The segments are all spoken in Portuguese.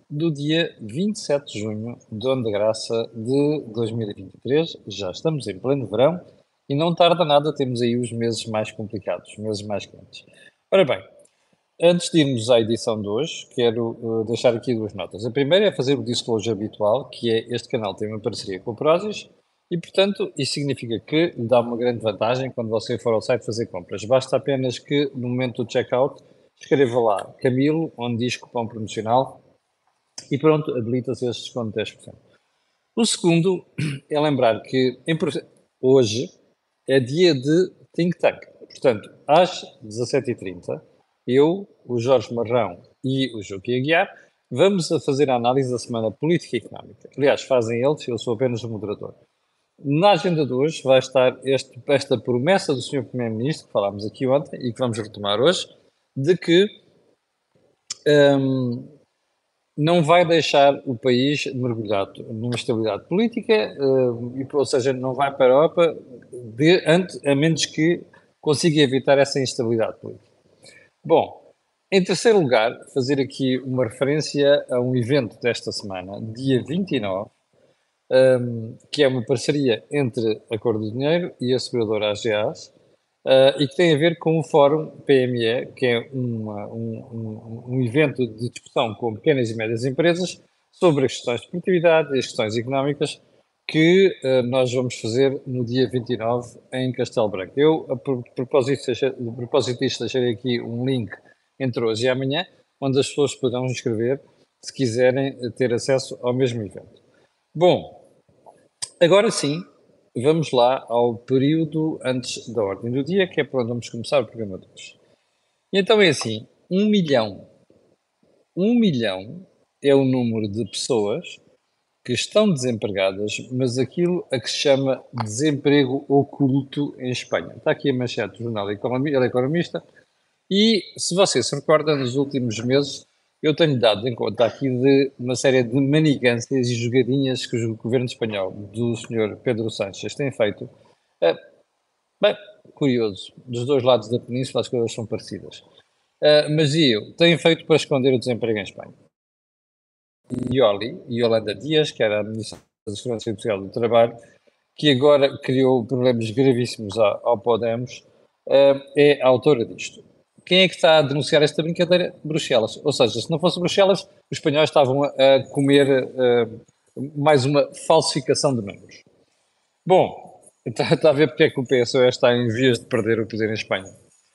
do dia 27 de junho do ano de graça de 2023. Já estamos em pleno verão e não tarda nada, temos aí os meses mais complicados, os meses mais quentes. Ora bem, antes de irmos à edição de hoje, quero deixar aqui duas notas. A primeira é fazer o disclosure habitual, que é este canal tem uma parceria com o Prozis e, portanto, isso significa que lhe dá uma grande vantagem quando você for ao site fazer compras. Basta apenas que, no momento do checkout, escreva lá Camilo, onde diz cupom promocional, e pronto, habilita-se esse desconto de 10%. O segundo é lembrar que hoje é dia de Think Tank. Portanto, às 17h30, eu, o Jorge Marrão e o Joaquim Aguiar vamos a fazer a análise da semana política e económica. Aliás, fazem eles, eu sou apenas o moderador. Na agenda de hoje vai estar esta promessa do Sr. Primeiro-Ministro, que falámos aqui ontem e que vamos retomar hoje, de que hum, não vai deixar o país mergulhado numa estabilidade política, ou seja, não vai para a Europa a menos que consiga evitar essa instabilidade política. Bom, em terceiro lugar, fazer aqui uma referência a um evento desta semana, dia 29, que é uma parceria entre a Cor do Dinheiro e a seguradora AGAs, e que tem a ver com o Fórum PME, que é um evento de discussão com pequenas e médias empresas sobre as questões de produtividade e as questões económicas que nós vamos fazer no dia 29 em Castelo Branco. Eu, a propósito disto, deixarei aqui um link entre hoje e amanhã, onde as pessoas poderão inscrever se quiserem ter acesso ao mesmo evento. Bom, agora sim, vamos lá ao período antes da ordem do dia, que é para onde vamos começar o programa de hoje. E então é assim, 1 milhão. 1 milhão é o número de pessoas que estão desempregadas, mas aquilo a que se chama desemprego oculto em Espanha. Está aqui a manchete do jornal Economia, ele é economista, e se você se recorda, nos últimos meses eu tenho dado em conta aqui de uma série de manigâncias e jogadinhas que o governo espanhol do Sr. Pedro Sánchez tem feito. Eh, Bem, curioso, dos dois lados da península as coisas são parecidas. Mas eu tenho feito para esconder o desemprego em Espanha. Yolanda Dias, que era a Ministra da Segurança Social do Trabalho, que agora criou problemas gravíssimos ao Podemos, é a autora disto. Quem é que está a denunciar esta brincadeira? Bruxelas. Ou seja, se não fosse Bruxelas, os espanhóis estavam a comer mais uma falsificação de números. Bom, está a ver porque é que o PSOE está em vias de perder o poder em Espanha.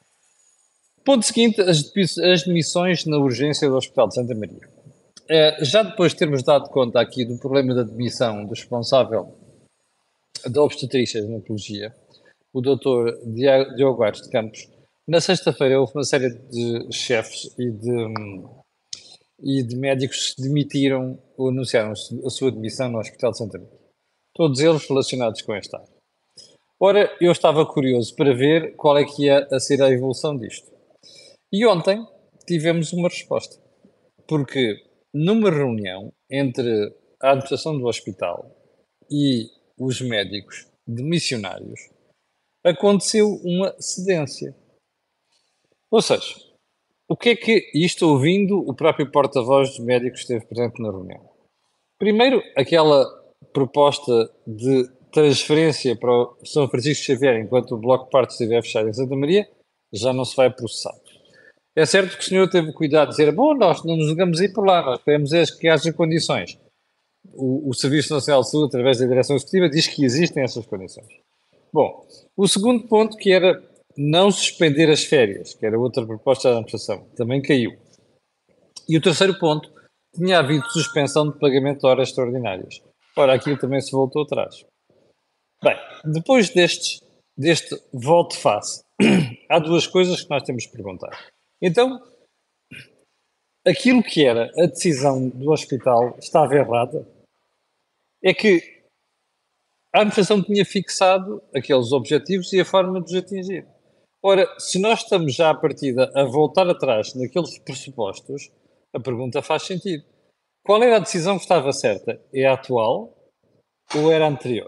Ponto seguinte, as demissões na urgência do Hospital de Santa Maria. Já depois de termos dado conta aqui do problema da demissão do responsável da obstetrícia e ginecologia, o Dr. Diogo Aires de Campos, na sexta-feira houve uma série de chefes e de médicos que se demitiram ou anunciaram a sua demissão no Hospital de Santa Maria. Todos eles relacionados com esta área. Ora, eu estava curioso para ver qual é que ia a ser a evolução disto. E ontem tivemos uma resposta, porque numa reunião entre a administração do hospital e os médicos demissionários, aconteceu uma cedência. Ou seja, o que é que isto ouvindo o próprio porta-voz dos médicos esteve presente na reunião? Primeiro, aquela proposta de transferência para o São Francisco Xavier enquanto o Bloco de Partos estiver fechado em Santa Maria, já não se vai processar. É certo que o senhor teve cuidado de dizer, bom, nós não nos jogamos ir por lá, nós queremos que haja condições. O Serviço Nacional de Saúde, através da Direção Executiva, diz que existem essas condições. Bom, o segundo ponto, que era não suspender as férias, que era outra proposta da administração, também caiu. E o terceiro ponto, tinha havido suspensão de pagamento de horas extraordinárias. Ora, aquilo também se voltou atrás. Bem, depois deste volte-face, há duas coisas que nós temos que perguntar. Então, aquilo que era a decisão do hospital estava errada? É que a administração tinha fixado aqueles objetivos e a forma de os atingir. Ora, se nós estamos já à partida a voltar atrás naqueles pressupostos, a pergunta faz sentido. Qual era a decisão que estava certa? É a atual ou era a anterior?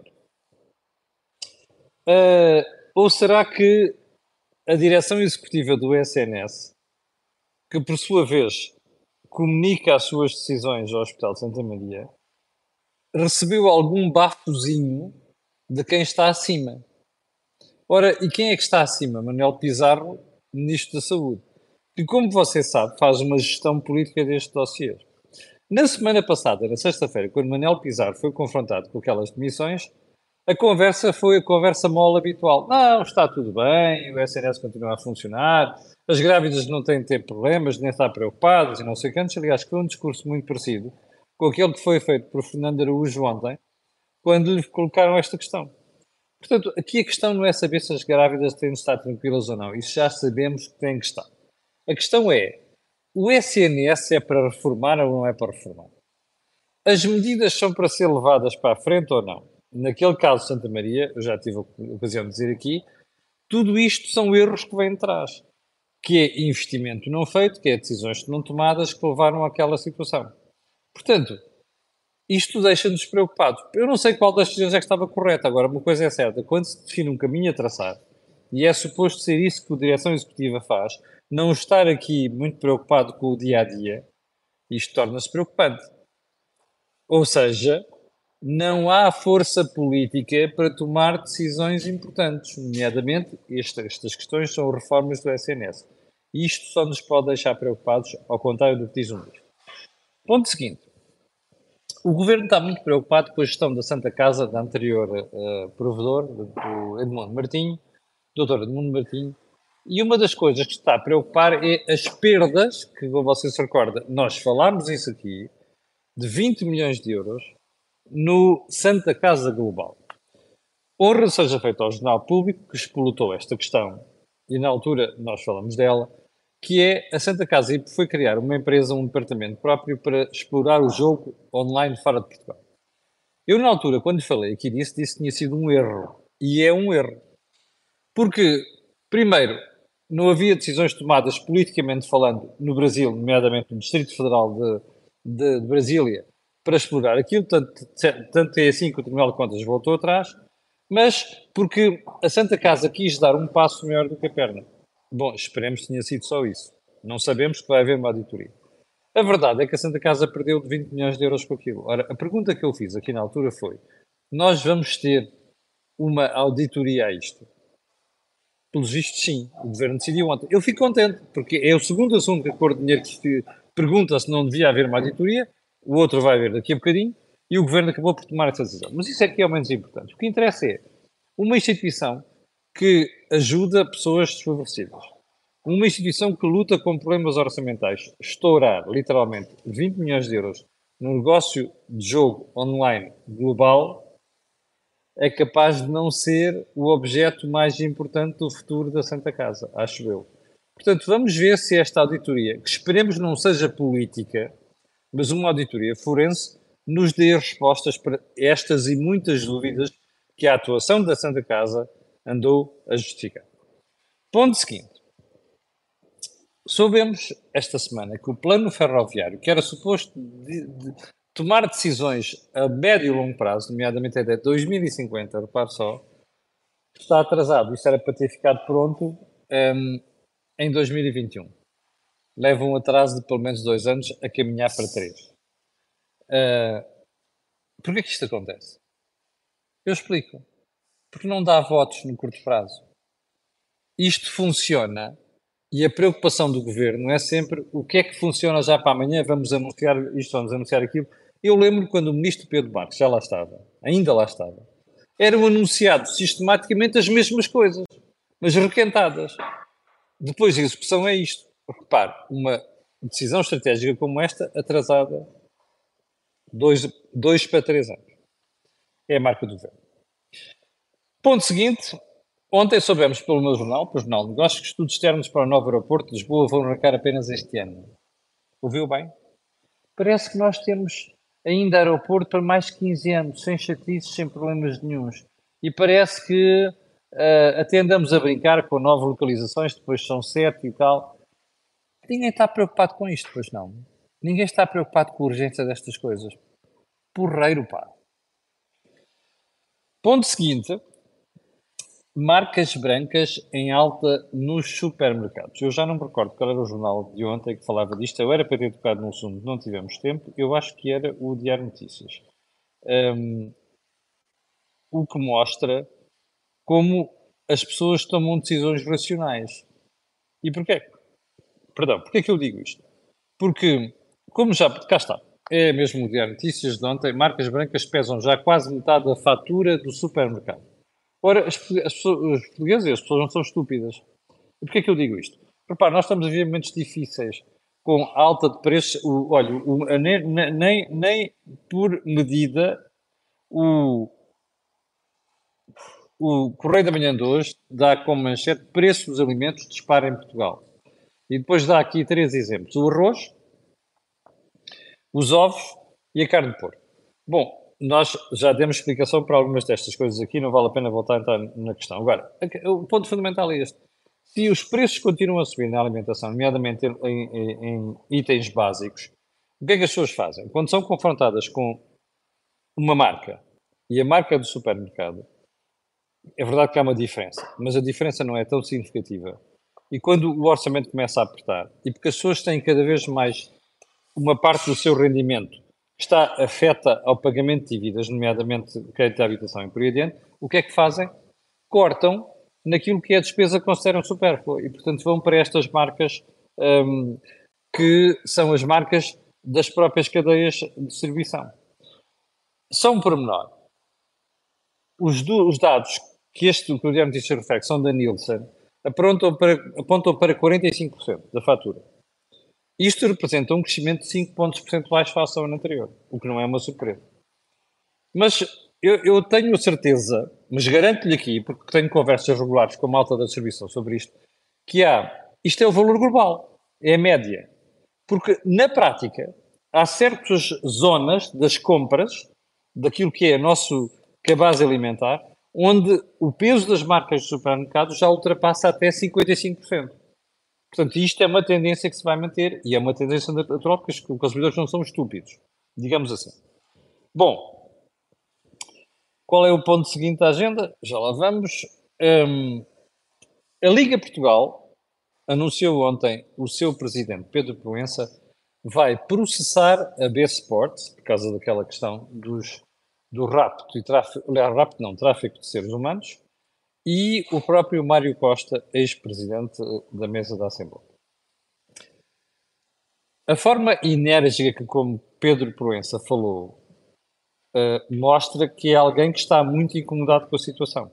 Uh, ou será que a direção executiva do SNS, que por sua vez comunica as suas decisões ao Hospital de Santa Maria, recebeu algum bafozinho de quem está acima. Ora, e quem é que está acima? Manuel Pizarro, Ministro da Saúde. E como você sabe, faz uma gestão política deste dossiê. Na semana passada, na sexta-feira, quando Manuel Pizarro foi confrontado com aquelas demissões, a conversa foi a conversa mole habitual. Não, está tudo bem, o SNS continua a funcionar, as grávidas não têm de ter problemas, nem estar preocupadas e não sei quantos. Aliás, foi um discurso muito parecido com aquele que foi feito por Fernando Araújo ontem, quando lhe colocaram esta questão. Portanto, aqui a questão não é saber se as grávidas têm de estar tranquilas ou não. Isso já sabemos que têm que estar. A questão é, o SNS é para reformar ou não é para reformar? As medidas são para ser levadas para a frente ou não? Naquele caso, Santa Maria, eu já tive a ocasião de dizer aqui, tudo isto são erros que vêm de trás. Que é investimento não feito, que é decisões não tomadas que levaram àquela situação. Portanto, isto deixa-nos preocupados. Eu não sei qual das decisões é que estava correta. Agora, uma coisa é certa: quando se define um caminho a traçar, e é suposto ser isso que a direção executiva faz, não estar aqui muito preocupado com o dia a dia, isto torna-se preocupante. Ou seja, não há força política para tomar decisões importantes, nomeadamente estas questões são reformas do SNS. Isto só nos pode deixar preocupados, ao contrário do que diz um livro. Ponto seguinte. O governo está muito preocupado com a gestão da Santa Casa da anterior provedor, do Edmundo Martinho, doutor Edmundo Martinho, e uma das coisas que está a preocupar é as perdas, que, como você se recorda, nós falámos isso aqui, de 20 milhões de euros no Santa Casa Global. Honra seja feita ao Jornal Público, que explotou esta questão, e na altura nós falamos dela, que é a Santa Casa foi criar uma empresa, um departamento próprio para explorar o jogo online fora de Portugal. Eu, na altura, quando falei aqui disso, disse que tinha sido um erro. E é um erro. Porque, primeiro, não havia decisões tomadas politicamente falando no Brasil, nomeadamente no Distrito Federal de Brasília, para explorar aquilo, tanto é assim que o Tribunal de Contas voltou atrás, mas porque a Santa Casa quis dar um passo maior do que a perna. Bom, esperemos que tenha sido só isso. Não sabemos que vai haver uma auditoria. A verdade é que a Santa Casa perdeu de 20 milhões de euros com aquilo. Ora, a pergunta que eu fiz aqui na altura foi: nós vamos ter uma auditoria a isto? Pelos vistos, sim. O governo decidiu ontem. Eu fico contente, porque é o segundo assunto que a Cor de Dinheiro que pergunta se não devia haver uma auditoria, o outro vai haver daqui a bocadinho, e o governo acabou por tomar essa decisão. Mas isso é que é o menos importante. O que interessa é uma instituição que ajuda pessoas desfavorecidas. Uma instituição que luta com problemas orçamentais. Estourar, literalmente, 20 milhões de euros num negócio de jogo online global é capaz de não ser o objeto mais importante do futuro da Santa Casa, acho eu. Portanto, vamos ver se esta auditoria, que esperemos não seja política, mas uma auditoria forense, nos dê respostas para estas e muitas dúvidas que a atuação da Santa Casa andou a justificar. Ponto seguinte. Soubemos esta semana que o plano ferroviário, que era suposto de tomar decisões a médio e longo prazo, nomeadamente até 2050, repare só, está atrasado. Isto era para ter ficado pronto em 2021. Leva um atraso de pelo menos 2 anos a caminhar para 3. Porquê que isto acontece? Eu explico. Porque não dá votos no curto prazo. Isto funciona e a preocupação do governo é sempre o que é que funciona já para amanhã, vamos anunciar isto, vamos anunciar aquilo. Eu lembro quando o ministro Pedro Marques já lá estava, ainda lá estava, eram anunciados sistematicamente as mesmas coisas, mas requentadas. Depois a execução é isto. Repare, uma decisão estratégica como esta, atrasada 2 para 3 anos. É a marca do governo. Ponto seguinte. Ontem soubemos pelo meu jornal, pelo Jornal de Negócios, que estudos externos para o novo aeroporto de Lisboa vão arrancar apenas este ano. Ouviu bem? Parece que nós temos ainda aeroporto para mais de 15 anos, sem chatices, sem problemas nenhuns. E parece que até andamos a brincar com novas localizações, depois são 7 e tal. Ninguém está preocupado com isto, pois não. Ninguém está preocupado com a urgência destas coisas. Porreiro, pá. Ponto seguinte. Marcas brancas em alta nos supermercados. Eu já não me recordo qual era o jornal de ontem que falava disto. Eu era para ter tocado no assunto, não tivemos tempo. Eu acho que era o Diário Notícias. Um, o que mostra como as pessoas tomam decisões racionais. E porquê? Perdão, porquê que eu digo isto? Porque, como já, cá está, é mesmo o Diário Notícias de ontem, marcas brancas pesam já quase metade da fatura do supermercado. Ora, os portugueses e as pessoas não são estúpidas. E porquê que eu digo isto? Repare, nós estamos a viver momentos difíceis, com alta de preços. Olha, nem por medida o, o Correio da Manhã de hoje dá como manchete preço dos alimentos dispara em Portugal. E depois dá aqui três exemplos: o arroz, os ovos e a carne de porco. Bom, nós já demos explicação para algumas destas coisas aqui, não vale a pena voltar a entrar na questão. Agora, o ponto fundamental é este. Se os preços continuam a subir na alimentação, nomeadamente em itens básicos, o que é que as pessoas fazem? Quando são confrontadas com uma marca e a marca do supermercado, é verdade que há uma diferença, mas a diferença não é tão significativa. E quando o orçamento começa a apertar, e porque as pessoas têm cada vez mais uma parte do seu rendimento está afeta ao pagamento de dívidas, nomeadamente crédito de habitação e por aí adiante, o que é que fazem? Cortam naquilo que é a despesa que consideram supérflua e, portanto, vão para estas marcas que são as marcas das próprias cadeias de distribuição. Só um pormenor. Os dados que o Diário Notícias refere, que são da Nielsen, apontam para 45% da fatura. Isto representa um crescimento de 5 pontos percentuais face ao ano anterior, o que não é uma surpresa. Mas eu tenho certeza, mas garanto-lhe aqui, porque tenho conversas regulares com a malta da distribuição sobre isto, que isto é o valor global, é a média. Porque, na prática, há certas zonas das compras, daquilo que é a base alimentar, onde o peso das marcas de supermercados já ultrapassa até 55%. Portanto, isto é uma tendência que se vai manter e é uma tendência natural porque os consumidores não são estúpidos, digamos assim. Bom, qual é o ponto seguinte da agenda? Já lá vamos. A Liga Portugal anunciou ontem o seu presidente, Pedro Proença, vai processar a B-Sport, por causa daquela questão do rapto e tráfico, aliás, rapto não, tráfico de seres humanos, e o próprio Mário Costa, ex-presidente da mesa da Assembleia. A forma enérgica como Pedro Proença falou mostra que é alguém que está muito incomodado com a situação.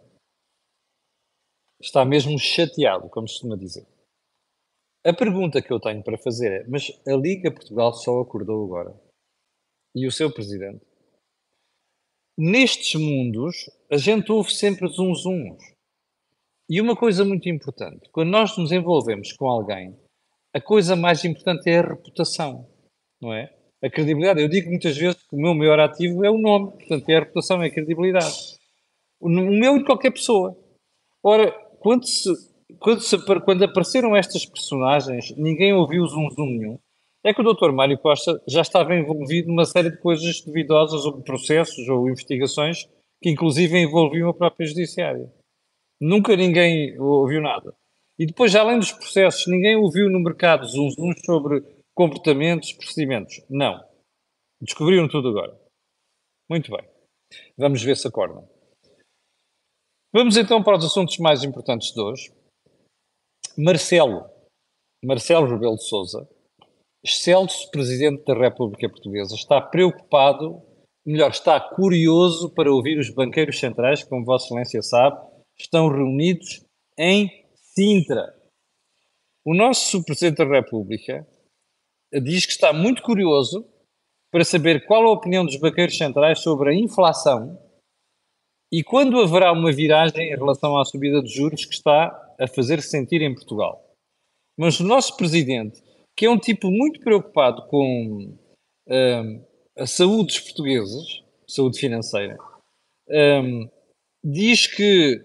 Está mesmo chateado, como se costuma dizer. A pergunta que eu tenho para fazer é: mas a Liga Portugal só acordou agora? E o seu presidente? Nestes mundos, a gente ouve sempre zunzuns. E uma coisa muito importante: quando nós nos envolvemos com alguém, a coisa mais importante é a reputação, não é? A credibilidade. Eu digo muitas vezes que o meu maior ativo é o nome, portanto, é a reputação, é a credibilidade. O meu e de qualquer pessoa. Ora, quando apareceram estas personagens, ninguém ouviu zum nenhum. É que o Dr. Mário Costa já estava envolvido numa série de coisas duvidosas, ou processos ou investigações que inclusive envolviam a própria judiciária. Nunca ninguém ouviu nada. E depois, além dos processos, ninguém ouviu no mercado zunzuns sobre comportamentos, procedimentos. Não. Descobriram tudo agora. Muito bem. Vamos ver se acordam. Vamos então para os assuntos mais importantes de hoje. Marcelo Rebelo de Sousa, excelso Presidente da República Portuguesa, está preocupado, melhor, está curioso para ouvir os banqueiros centrais, que, como Vossa Excelência sabe, estão reunidos em Sintra. O nosso Presidente da República diz que está muito curioso para saber qual a opinião dos banqueiros centrais sobre a inflação e quando haverá uma viragem em relação à subida de juros que está a fazer-se sentir em Portugal. Mas o nosso Presidente, que é um tipo muito preocupado com a saúde dos portugueses, saúde financeira, diz que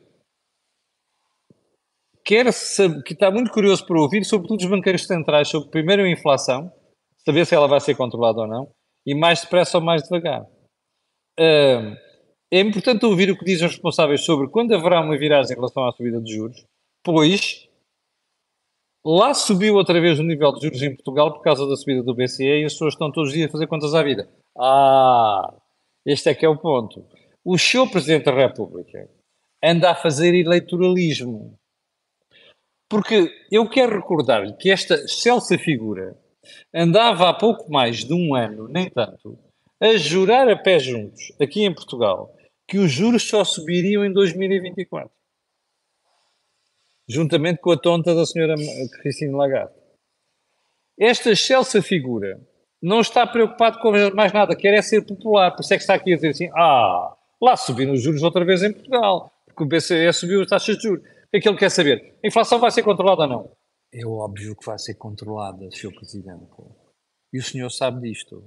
que está muito curioso para ouvir, sobretudo os banqueiros centrais, sobre primeiro a inflação, saber se ela vai ser controlada ou não, e mais depressa ou mais devagar. É importante ouvir o que dizem os responsáveis sobre quando haverá uma viragem em relação à subida de juros, pois lá subiu outra vez o nível de juros em Portugal por causa da subida do BCE e as pessoas estão todos os dias a fazer contas à vida. Ah, este é que é o ponto. O seu Presidente da República anda a fazer eleitoralismo. Porque eu quero recordar-lhe que esta excelsa figura andava há pouco mais de um ano, nem tanto, a jurar a pé juntos, aqui em Portugal, que os juros só subiriam em 2024, juntamente com a tonta da senhora Christine Lagarde. Esta excelsa figura não está preocupado com mais nada, quer é ser popular, por isso é que está aqui a dizer assim, lá subiram os juros outra vez em Portugal, porque o BCE subiu as taxas de juros. O que é que ele quer saber? A inflação vai ser controlada ou não? É óbvio que vai ser controlada, Sr. Presidente. E o senhor sabe disto.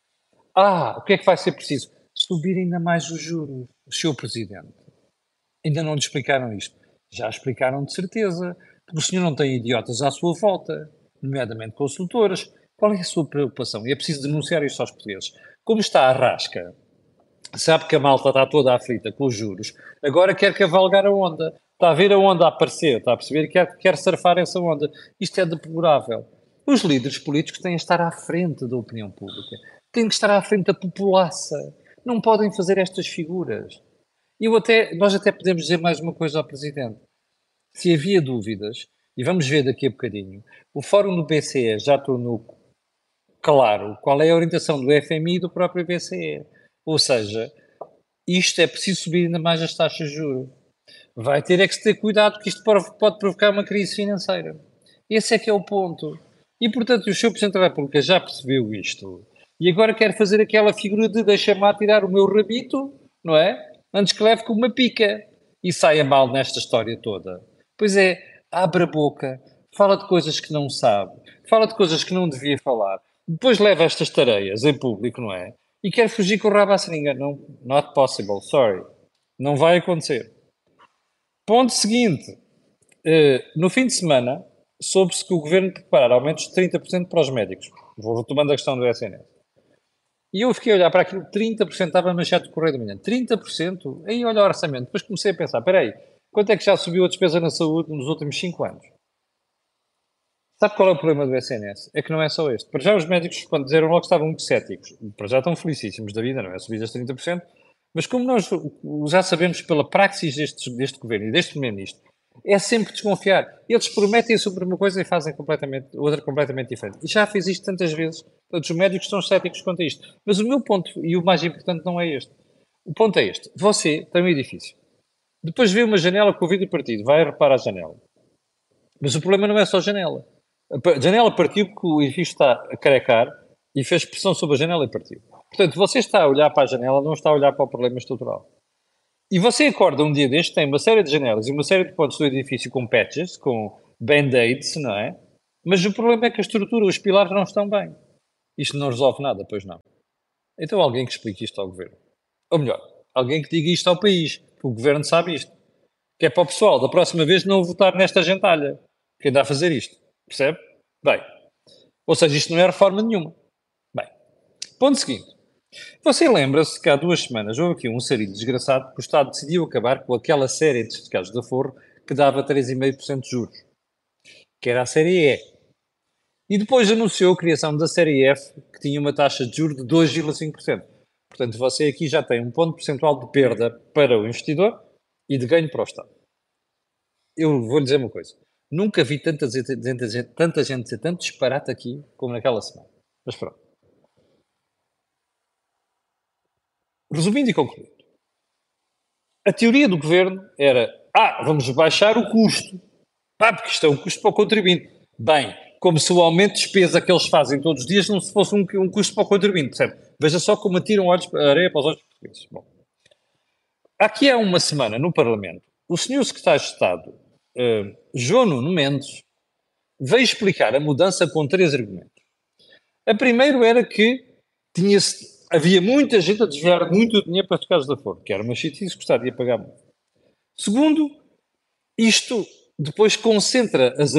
O que é que vai ser preciso? Subir ainda mais os juros, Sr. Presidente. Ainda não lhe explicaram isto. Já explicaram de certeza, porque o senhor não tem idiotas à sua volta, nomeadamente consultores. Qual é a sua preocupação? E é preciso denunciar isto aos portugueses. Como está a rasca, sabe que a malta está toda aflita com os juros, agora quer cavalgar a onda. Está a ver a onda a aparecer, está a perceber que quer surfar essa onda. Isto é deplorável. Os líderes políticos têm de estar à frente da opinião pública, têm de estar à frente da populaça. Não podem fazer estas figuras. Nós até podemos dizer mais uma coisa ao Presidente. Se havia dúvidas, e vamos ver daqui a bocadinho, o Fórum do BCE já tornou claro qual é a orientação do FMI e do próprio BCE. Ou seja, isto é preciso subir ainda mais as taxas de juros. Vai ter é que se ter cuidado, que isto pode provocar uma crise financeira. Esse é que é o ponto. E, portanto, o Sr. Presidente da República já percebeu isto. E agora quer fazer aquela figura de deixa-me lá tirar o meu rabito, não é? Antes que leve com uma pica. E saia mal nesta história toda. Pois é, abre a boca, fala de coisas que não sabe, fala de coisas que não devia falar, depois leva estas tareias em público, não é? E quer fugir com o rabo à seringa. Não, not possible, sorry. Não vai acontecer. Ponto seguinte. No fim de semana, soube-se que o governo prepara aumentos de 30% para os médicos. Vou retomando a questão do SNS. E eu fiquei a olhar para aquilo, 30% estava no chat do Correio da Manhã. 30%? Aí olha o orçamento. Depois comecei a pensar, espera aí, quanto é que já subiu a despesa na saúde nos últimos 5 anos? Sabe qual é o problema do SNS? É que não é só este. Para já os médicos, quando disseram logo, estavam muito céticos. Para já estão felicíssimos da vida, não é? Subidas 30%. Mas como nós já sabemos pela praxis deste governo e deste primeiro-ministro, é sempre desconfiar. Eles prometem sobre uma coisa e fazem outra completamente diferente. E já fiz isto tantas vezes. Todos os médicos estão céticos quanto a isto. Mas o meu ponto, e o mais importante, não é este. O ponto é este. Você tem um edifício. Depois vê uma janela com o vidro partido. Vai reparar a janela. Mas o problema não é só a janela. A janela partiu porque o edifício está a carecar e fez pressão sobre a janela e partiu. Portanto, você está a olhar para a janela, não está a olhar para o problema estrutural. E você acorda um dia deste, tem uma série de janelas e uma série de pontos do edifício com patches, com band-aids, não é? Mas o problema é que a estrutura, os pilares não estão bem. Isto não resolve nada, pois não. Então alguém que explique isto ao governo. Ou melhor, alguém que diga isto ao país. Porque o governo sabe isto. Que é para o pessoal, da próxima vez, não votar nesta gentalha. Quem dá a fazer isto. Percebe? Bem. Ou seja, isto não é reforma nenhuma. Bem. Ponto seguinte. Você lembra-se que há 2 semanas houve aqui um sarilho desgraçado que o Estado decidiu acabar com aquela série de certificados de aforro que dava 3,5% de juros, que era a série E. E depois anunciou a criação da série F, que tinha uma taxa de juros de 2,5%. Portanto, você aqui já tem um ponto percentual de perda para o investidor e de ganho para o Estado. Eu vou-lhe dizer uma coisa. Nunca vi tanta gente dizer tanto disparate aqui como naquela semana. Mas pronto. Resumindo e concluindo. A teoria do governo era, vamos baixar o custo. Porque isto é um custo para o contribuinte. Bem, como se o aumento de despesa que eles fazem todos os dias não se fosse um custo para o contribuinte, percebe? Veja só como atiram areia para os olhos portugueses. Bom, aqui há uma semana, no Parlamento, o senhor secretário de Estado, João Nuno Mendes, veio explicar a mudança com 3 argumentos. A primeiro era que havia muita gente a desviar muito dinheiro para os casos da Ford, que era uma chatice, gostaria de pagar muito. Segundo, isto depois concentra as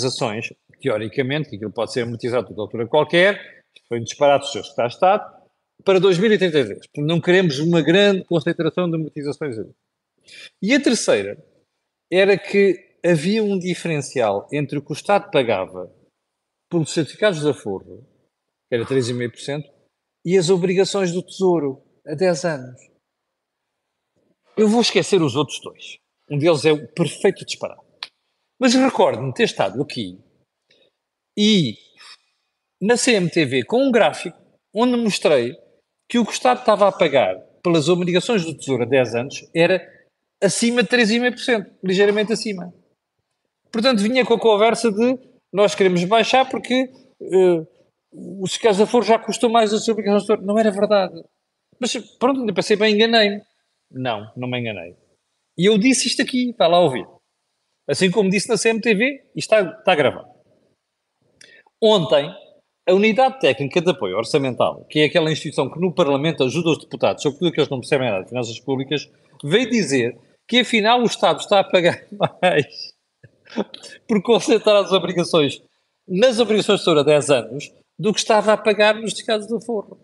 amortizações, teoricamente, que aquilo pode ser amortizado de altura qualquer, foi um disparate do Sr. Secretário de Estado, para 2033, porque não queremos uma grande concentração de amortizações. E a terceira era que havia um diferencial entre o que o Estado pagava pelos certificados de aforro, que era 3,5%, e as obrigações do Tesouro, a 10 anos. Eu vou esquecer os outros dois. Um deles é o perfeito disparate. Mas recordo-me ter estado aqui e na CMTV com um gráfico onde mostrei que o que o Estado estava a pagar pelas obrigações do Tesouro a 10 anos era acima de 3,5%, ligeiramente acima. Portanto, vinha com a conversa de nós queremos baixar porque os certificados de aforro já custam mais das obrigações do Tesouro. Não era verdade. Mas pronto, ainda pensei bem, enganei-me. Não, não me enganei. E eu disse isto aqui, está lá a ouvir. Assim como disse na CMTV, e está gravado. Ontem, a Unidade Técnica de Apoio Orçamental, que é aquela instituição que no Parlamento ajuda os deputados, sobretudo que eles não percebem nada de finanças públicas, veio dizer que afinal o Estado está a pagar mais por concentrar as obrigações nas obrigações de Tesouro a 10 anos do que estava a pagar nos certificados de aforro.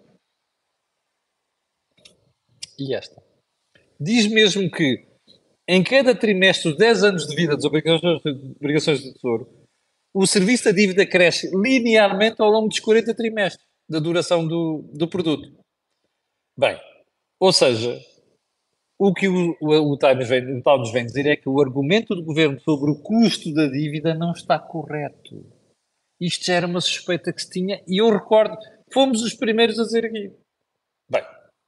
E esta? Diz mesmo que em cada trimestre dos 10 anos de vida das obrigações de Tesouro, o serviço da dívida cresce linearmente ao longo dos 40 trimestres da duração do produto. Bem, ou seja, o que o tal nos vem dizer é que o argumento do governo sobre o custo da dívida não está correto. Isto já era uma suspeita que se tinha e eu recordo, fomos os primeiros a dizer aqui. Bem,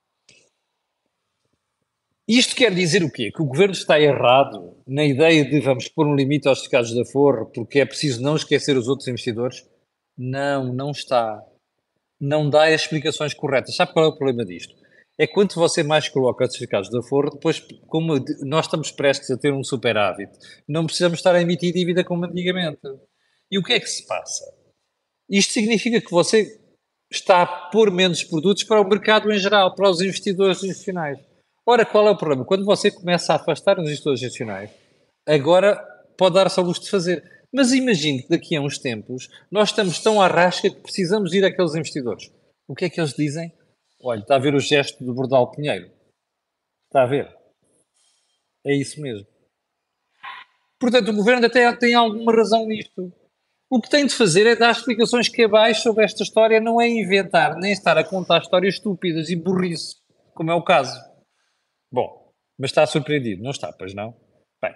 isto quer dizer o quê? Que o governo está errado na ideia de vamos pôr um limite aos certificados de aforro porque é preciso não esquecer os outros investidores? Não, não está. Não dá explicações corretas. Sabe qual é o problema disto? É que quanto você mais coloca certificados de aforro, depois, como nós estamos prestes a ter um superávit, não precisamos estar a emitir dívida como antigamente. E o que é que se passa? Isto significa que você está a pôr menos produtos para o mercado em geral, para os investidores institucionais. Ora, qual é o problema? Quando você começa a afastar os investidores institucionais, agora pode dar-se ao luxo de fazer. Mas imagine que daqui a uns tempos nós estamos tão à rasca que precisamos ir àqueles investidores. O que é que eles dizem? Olha, está a ver o gesto do Bordal Pinheiro? Está a ver? É isso mesmo. Portanto, o governo até tem alguma razão nisto. O que tem de fazer é dar explicações cabais sobre esta história, não é inventar, nem estar a contar histórias estúpidas e burrice, como é o caso. Bom, mas está surpreendido, não está, pois não? Bem,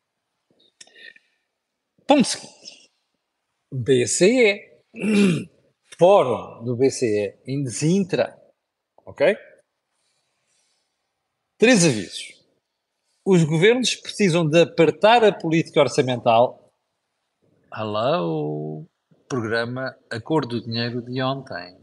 ponto seguinte. BCE. Fórum do BCE em Sintra. Ok? Três avisos. Os governos precisam de apertar a política orçamental. Hello? Programa Acordo do Dinheiro de ontem.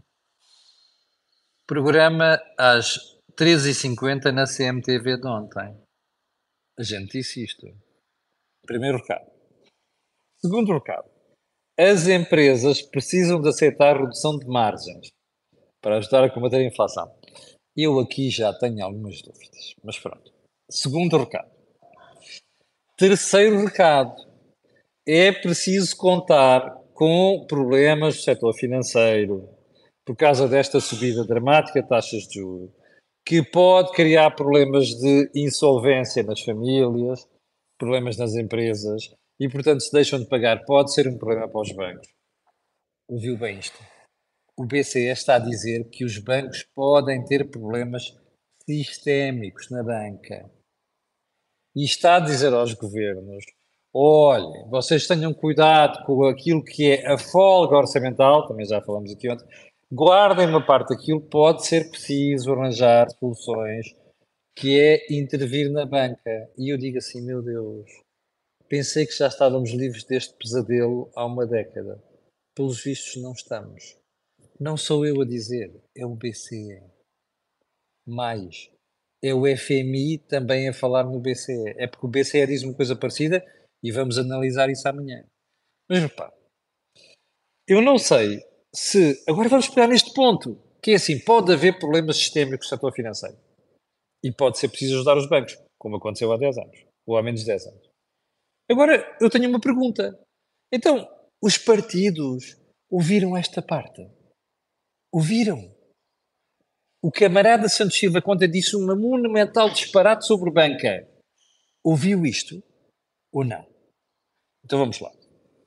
Programa às 13h50 na CMTV de ontem. A gente disse isto. Primeiro recado. Segundo recado. As empresas precisam de aceitar redução de margens para ajudar a combater a inflação. Eu aqui já tenho algumas dúvidas, mas pronto. Segundo recado. Terceiro recado. É preciso contar com problemas do setor financeiro por causa desta subida dramática de taxas de juros, que pode criar problemas de insolvência nas famílias, problemas nas empresas e, portanto, se deixam de pagar, pode ser um problema para os bancos. Ouviu bem isto? O BCE está a dizer que os bancos podem ter problemas sistémicos na banca. E está a dizer aos governos: olhem, vocês tenham cuidado com aquilo que é a folga orçamental, também já falamos aqui ontem, guardem uma parte daquilo, pode ser preciso arranjar soluções, que é intervir na banca. E eu digo assim: meu Deus, pensei que já estávamos livres deste pesadelo há uma década. Pelos vistos, não estamos. Não sou eu a dizer, é o BCE. Mais, é o FMI também a falar no BCE. É porque o BCE diz uma coisa parecida e vamos analisar isso amanhã. Mas repá, eu não sei se. Agora vamos pegar neste ponto, que é assim: pode haver problemas sistémicos no setor financeiro e pode ser preciso ajudar os bancos, como aconteceu há 10 anos, ou há menos de 10 anos. Agora, eu tenho uma pergunta. Então, os partidos ouviram esta parte? Ouviram? O camarada Santos Silva, quando disse uma monumental disparate sobre banca, ouviu isto ou não? Então vamos lá.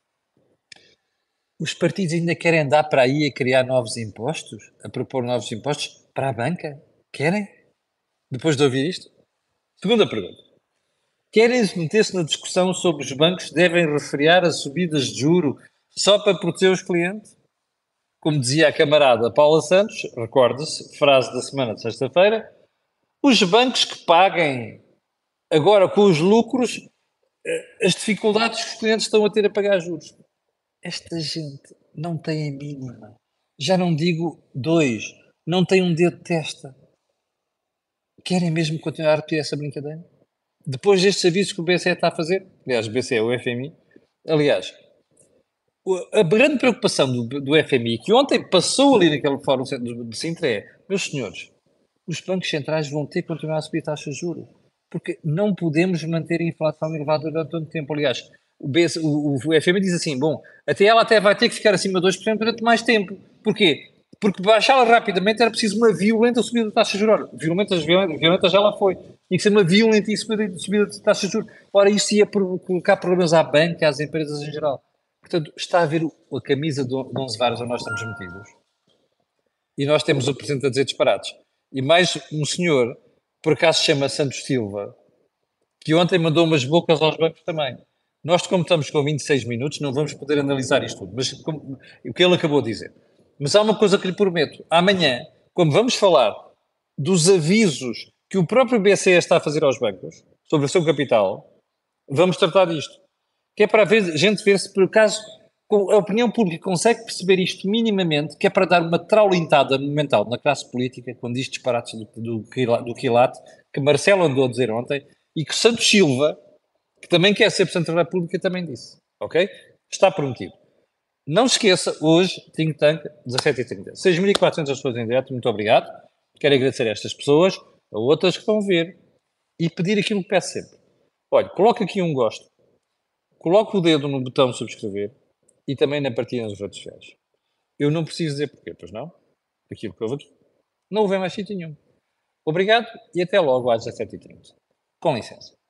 Os partidos ainda querem andar para aí a criar novos impostos? A propor novos impostos para a banca? Querem? Depois de ouvir isto? Segunda pergunta. Querem meter-se na discussão sobre os bancos devem refriar as subidas de juro só para proteger os clientes? Como dizia a camarada Paula Santos, recorda-se, frase da semana de sexta-feira, os bancos que paguem agora com os lucros as dificuldades que os clientes estão a ter a pagar juros. Esta gente não tem a mínima. Já não digo dois, não tem um dedo de testa. Querem mesmo continuar a repetir essa brincadeira? Depois destes avisos que o BCE está a fazer, aliás, o BCE, o FMI, aliás, a grande preocupação do FMI, que ontem passou ali naquele fórum de Sintra, é, meus senhores, os bancos centrais vão ter que continuar a subir taxas de juros, porque não podemos manter a inflação elevada durante tanto tempo. Aliás, o FMI diz assim, bom, até ela até vai ter que ficar acima de 2% durante mais tempo. Porquê? Porque baixá-la rapidamente era preciso uma violenta subida de taxas de juros. Violenta já lá foi. Tinha que ser uma violentíssima subida de taxas de juros. Ora, isso ia colocar problemas à banca, às empresas em geral. Portanto, está a ver a camisa de 11 varas onde nós estamos metidos. E nós temos o Presidente a dizer disparates. E mais um senhor, por acaso se chama Santos Silva, que ontem mandou umas bocas aos bancos também. Nós, como estamos com 26 minutos, não vamos poder analisar isto tudo, mas o que ele acabou de dizer. Mas há uma coisa que lhe prometo. Amanhã, como vamos falar dos avisos que o próprio BCE está a fazer aos bancos sobre o seu capital, vamos tratar disto. Que é para a gente ver se por acaso a opinião pública consegue perceber isto minimamente, que é para dar uma traulintada mental na classe política, quando diz disparates do quilate, que Marcelo andou a dizer ontem, e que Santos Silva, que também quer ser Presidente da República, também disse. Ok? Está prometido. Não se esqueça, hoje, Think Tank, 17h30. 6.400 pessoas em direto, muito obrigado. Quero agradecer a estas pessoas, a outras que vão ver, e pedir aquilo que peço sempre. Olha, coloque aqui um gosto, coloque o dedo no botão subscrever e também na partilha nas redes sociais. Eu não preciso dizer porquê, pois não? Aquilo que houve aqui. Não houve mais sítio nenhum. Obrigado e até logo às 17h30. Com licença.